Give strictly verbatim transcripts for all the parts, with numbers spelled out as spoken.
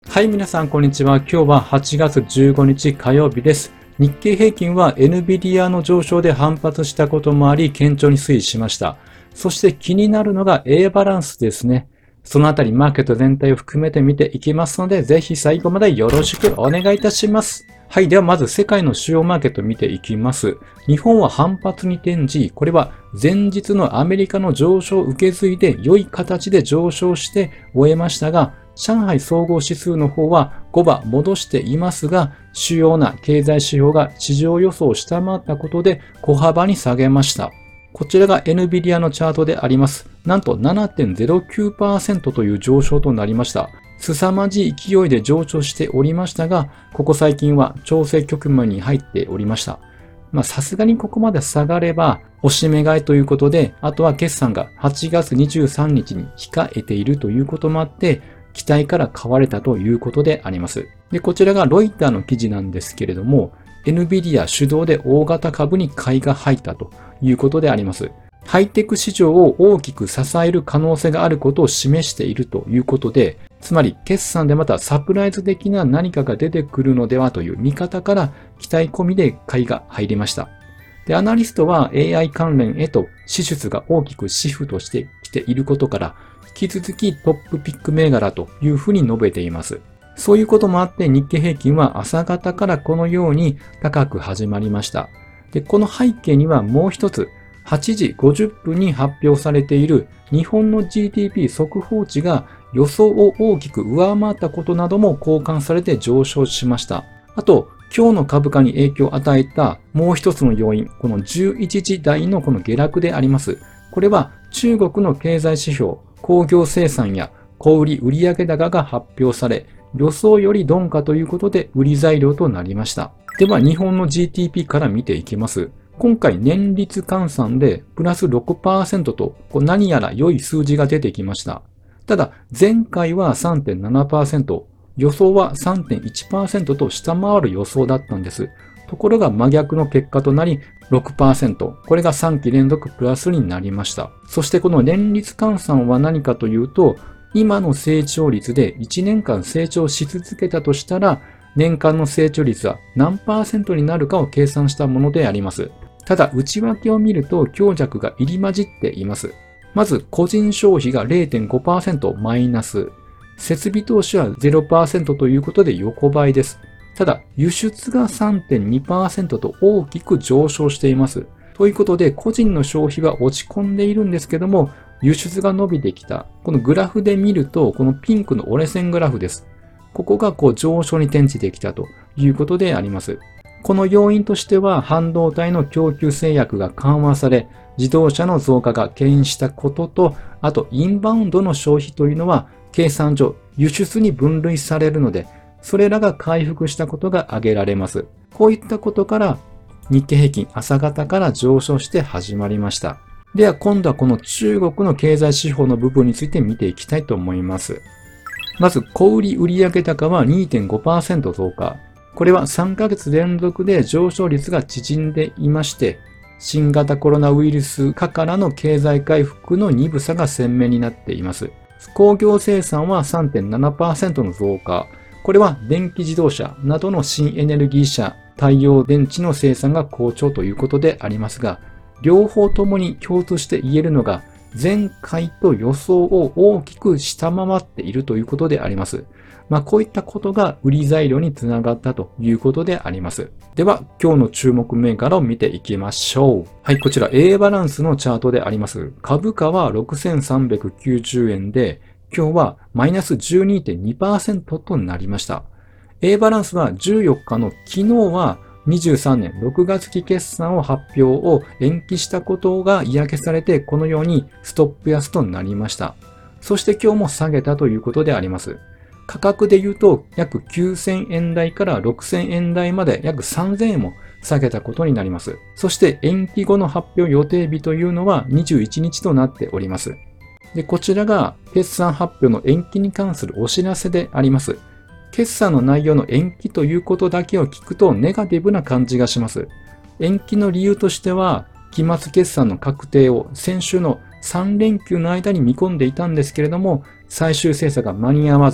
はい、皆さん、こんにちは。今日ははちがつじゅうごにち火曜日です。日経平均は エヌビディア の上昇で反発したこともあり、堅調に推移しました。そして気になるのが A バランスですね。そのあたりマーケット全体を含めて見ていきますので、ぜひ最後までよろしくお願いいたします。はい。ではまず世界の主要マーケットを見ていきます。日本は反発に転じ、これは前日のアメリカの上昇を受け継いで良い形で上昇して終えましたが、上海総合指数の方はごば戻していますが、主要な経済指標が市場予想を下回ったことで小幅に下げました。こちらが エヌビディア のチャートであります。なんと ななてんゼロきゅうパーセント という上昇となりました。凄まじい勢いで上昇しておりましたが、ここ最近は調整局面に入っておりました。まあさすがにここまで下がれば押し目買いということで、あとは決算がはちがつにじゅうさんにちに控えているということもあって、期待から買われたということであります。で、こちらがロイターの記事なんですけれども、エヌビディア 主導で大型株に買いが入ったということであります。ハイテク市場を大きく支える可能性があることを示しているということで、つまり決算でまたサプライズ的な何かが出てくるのではという見方から期待込みで買いが入りました。で、アナリストは エーアイ 関連へと支出が大きくシフトしてきていることから、引き続きトップピック銘柄というふうに述べています。そういうこともあって日経平均は朝方からこのように高く始まりました。で、この背景にはもう一つ、はちじごじゅっぷんに発表されている日本の ジーディーピー 速報値が予想を大きく上回ったことなども交換されて上昇しました。あと、今日の株価に影響を与えたもう一つの要因、このじゅういちじ台のこの下落であります。これは中国の経済指標、工業生産や小売売上高が発表され、予想より鈍化ということで売り材料となりました。では日本の ジーディーピー から見ていきます。今回年率換算でプラス ろくパーセント と何やら良い数字が出てきました。ただ前回は さんてんななパーセント、予想は さんてんいちパーセント と下回る予想だったんです。ところが真逆の結果となり ろくパーセント。これがさんき連続プラスになりました。そしてこの年率換算は何かというと、今の成長率でいちねんかん成長し続けたとしたら、年間の成長率は何パーセントになるかを計算したものであります。ただ内訳を見ると強弱が入り混じっています。まず個人消費が れいてんごパーセント マイナス。設備投資は ゼロパーセント ということで横ばいです。ただ、輸出が さんてんにパーセント と大きく上昇しています。ということで、個人の消費は落ち込んでいるんですけども、輸出が伸びてきた。このグラフで見ると、このピンクの折れ線グラフです。ここがこう上昇に転じてきたということであります。この要因としては、半導体の供給制約が緩和され、自動車の増加が牽引したことと、あとインバウンドの消費というのは、計算上、輸出に分類されるので、それらが回復したことが挙げられます。こういったことから、日経平均朝方から上昇して始まりました。では今度はこの中国の経済指標の部分について見ていきたいと思います。まず、小売売上高は にてんごパーセント 増加。これはさんかげつ連続で上昇率が縮んでいまして、新型コロナウイルス禍からの経済回復の鈍さが鮮明になっています。工業生産は さんてんななパーセント の増加。これは電気自動車などの新エネルギー車、太陽電池の生産が好調ということでありますが、両方ともに共通して言えるのが、前回と予想を大きく下回っているということであります。まあこういったことが売り材料につながったということであります。では今日の注目銘柄を見ていきましょう。はい、こちら A バランスのチャートであります。株価はろくせんさんびゃくきゅうじゅうえんで、今日はマイナス じゅうにてんにパーセント となりました。A バランスはじゅうよっかの昨日はにじゅうさんねんろくがつ期決算を発表を延期したことが嫌気されてこのようにストップ安となりました。そして今日も下げたということであります。価格で言うと約きゅうせんえん台からろくせんえん台まで約さんぜんえんも下げたことになります。そして延期後の発表予定日というのはにじゅういちにちとなっております。で、こちらが決算発表の延期に関するお知らせであります。決算の内容の延期ということだけを聞くとネガティブな感じがします。延期の理由としては、期末決算の確定を先週のさん連休の間に見込んでいたんですけれども、最終精査が間に合わず、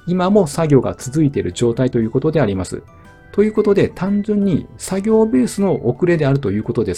今も作業が続いている状態ということであります。ということで、単純に作業ベースの遅れであるということです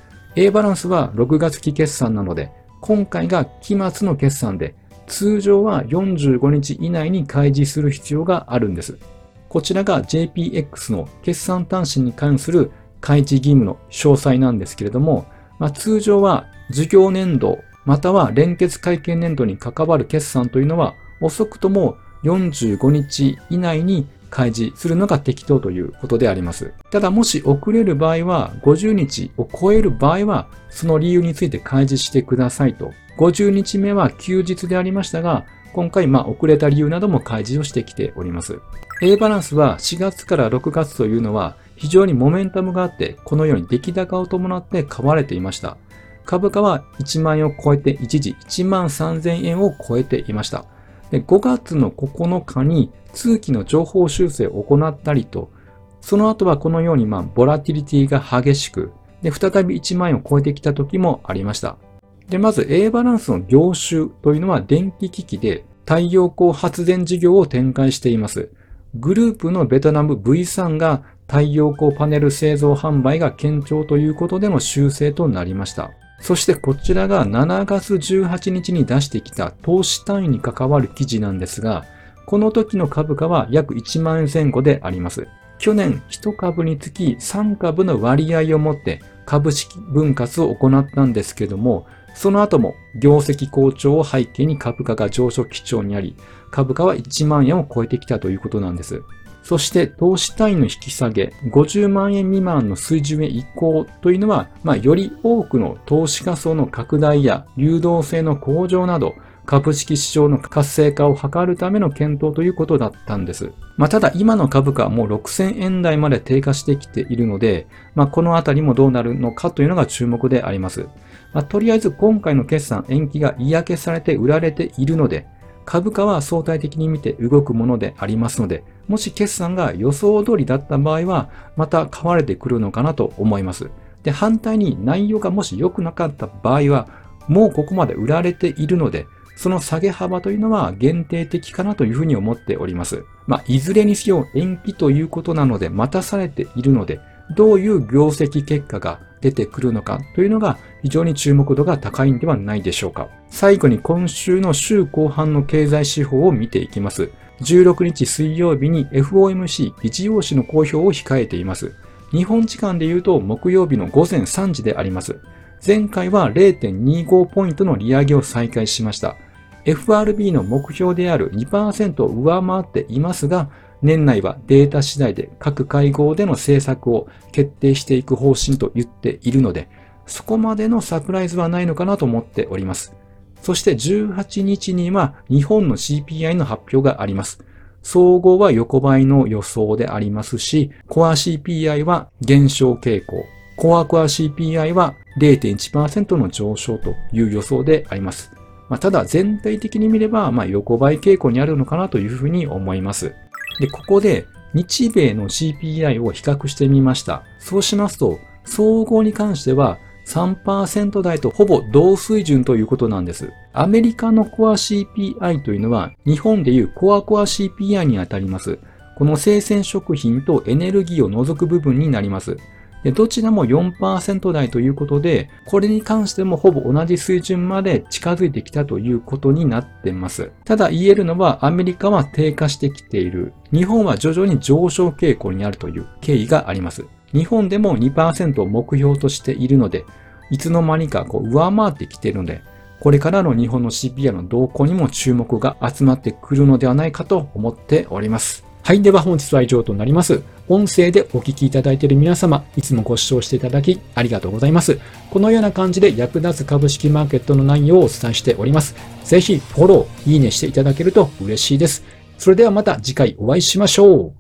。A バランスはろくがつ期決算なので、今回が期末の決算で、通常はよんじゅうごにち以内に開示する必要があるんです。こちらが ジェーピーエックス の決算短信に関する開示義務の詳細なんですけれども、まあ、通常は事業年度または連結会計年度に関わる決算というのは遅くともよんじゅうごにち以内に開示するのが適当ということであります。ただもし遅れる場合はごじゅうにちを超える場合はその理由について開示してくださいと。ごじゅうにちめは休日でありましたが、今回まあ遅れた理由なども開示をしてきております。A バランスはしがつからろくがつというのは非常にモメンタムがあってこのように出来高を伴って買われていました。株価はいちまんえんを超えて一時いちまんさんぜんえんを超えていました。でごがつのここのかに通期の情報修正を行ったりと、その後はこのようにまあボラティリティが激しく、で再びいちまんえんを超えてきた時もありました。でまず A バランスの業種というのは電気機器で太陽光発電事業を展開しています。グループのベトナム ブイスリー が太陽光パネル製造販売が堅調ということでの修正となりました。そしてこちらがしちがつじゅうはちにちに出してきた投資単位に関わる記事なんですが、この時の株価は約いちまんえんぜん後であります。去年いち株につきさん株の割合を持って株式分割を行ったんですけども、その後も業績好調を背景に株価が上昇基調にあり、株価はいちまんえんを超えてきたということなんです。そして投資単位の引き下げ、ごじゅうまんえん未満の水準へ移行というのは、まあ、より多くの投資家層の拡大や流動性の向上など、株式市場の活性化を図るための検討ということだったんです。まあ、ただ今の株価はもうろくせんえん台まで低下してきているので、まあ、このあたりもどうなるのかというのが注目であります。まあ、とりあえず今回の決算延期が嫌気されて売られているので、株価は相対的に見て動くものでありますので、もし決算が予想通りだった場合は、また買われてくるのかなと思います。で、反対に内容がもし良くなかった場合は、もうここまで売られているので、その下げ幅というのは限定的かなというふうに思っております。まあ、いずれにせよ延期ということなので待たされているので、どういう業績結果が出てくるのかというのが非常に注目度が高いんではないでしょうか。最後に今週の週後半の経済指標を見ていきます。じゅうろくにち水曜日に エフオーエムシー 議事要旨の公表を控えています。日本時間で言うと木曜日のごぜんさんじであります。前回は れいてんにご ポイントの利上げを再開しました。エフアールビー の目標である にパーセント を上回っていますが、年内はデータ次第で各会合での政策を決定していく方針と言っているので、そこまでのサプライズはないのかなと思っております。そしてじゅうはちにちには日本の シーピーアイ の発表があります。総合は横ばいの予想でありますし、コア シーピーアイ は減少傾向、コアコア シーピーアイ は れいてんいちパーセント の上昇という予想であります。まあ、ただ全体的に見れば、まあ、横ばい傾向にあるのかなというふうに思います。で、ここで日米の シーピーアイ を比較してみました。そうしますと、総合に関しては さんパーセント 台とほぼ同水準ということなんです。アメリカのコア シーピーアイ というのは日本でいうコアコア シーピーアイ にあたります。この生鮮食品とエネルギーを除く部分になります。でどちらも よんパーセント 台ということで、これに関してもほぼ同じ水準まで近づいてきたということになっています。ただ言えるのはアメリカは低下してきている。日本は徐々に上昇傾向にあるという経緯があります。日本でも にパーセント を目標としているので、いつの間にかこう上回ってきているので、これからの日本の シーピーアイ の動向にも注目が集まってくるのではないかと思っております。はい。では本日は以上となります。音声でお聞きいただいている皆様、いつもご視聴していただきありがとうございます。このような感じで役立つ株式マーケットの内容をお伝えしております。ぜひフォロー、いいねしていただけると嬉しいです。それではまた次回お会いしましょう。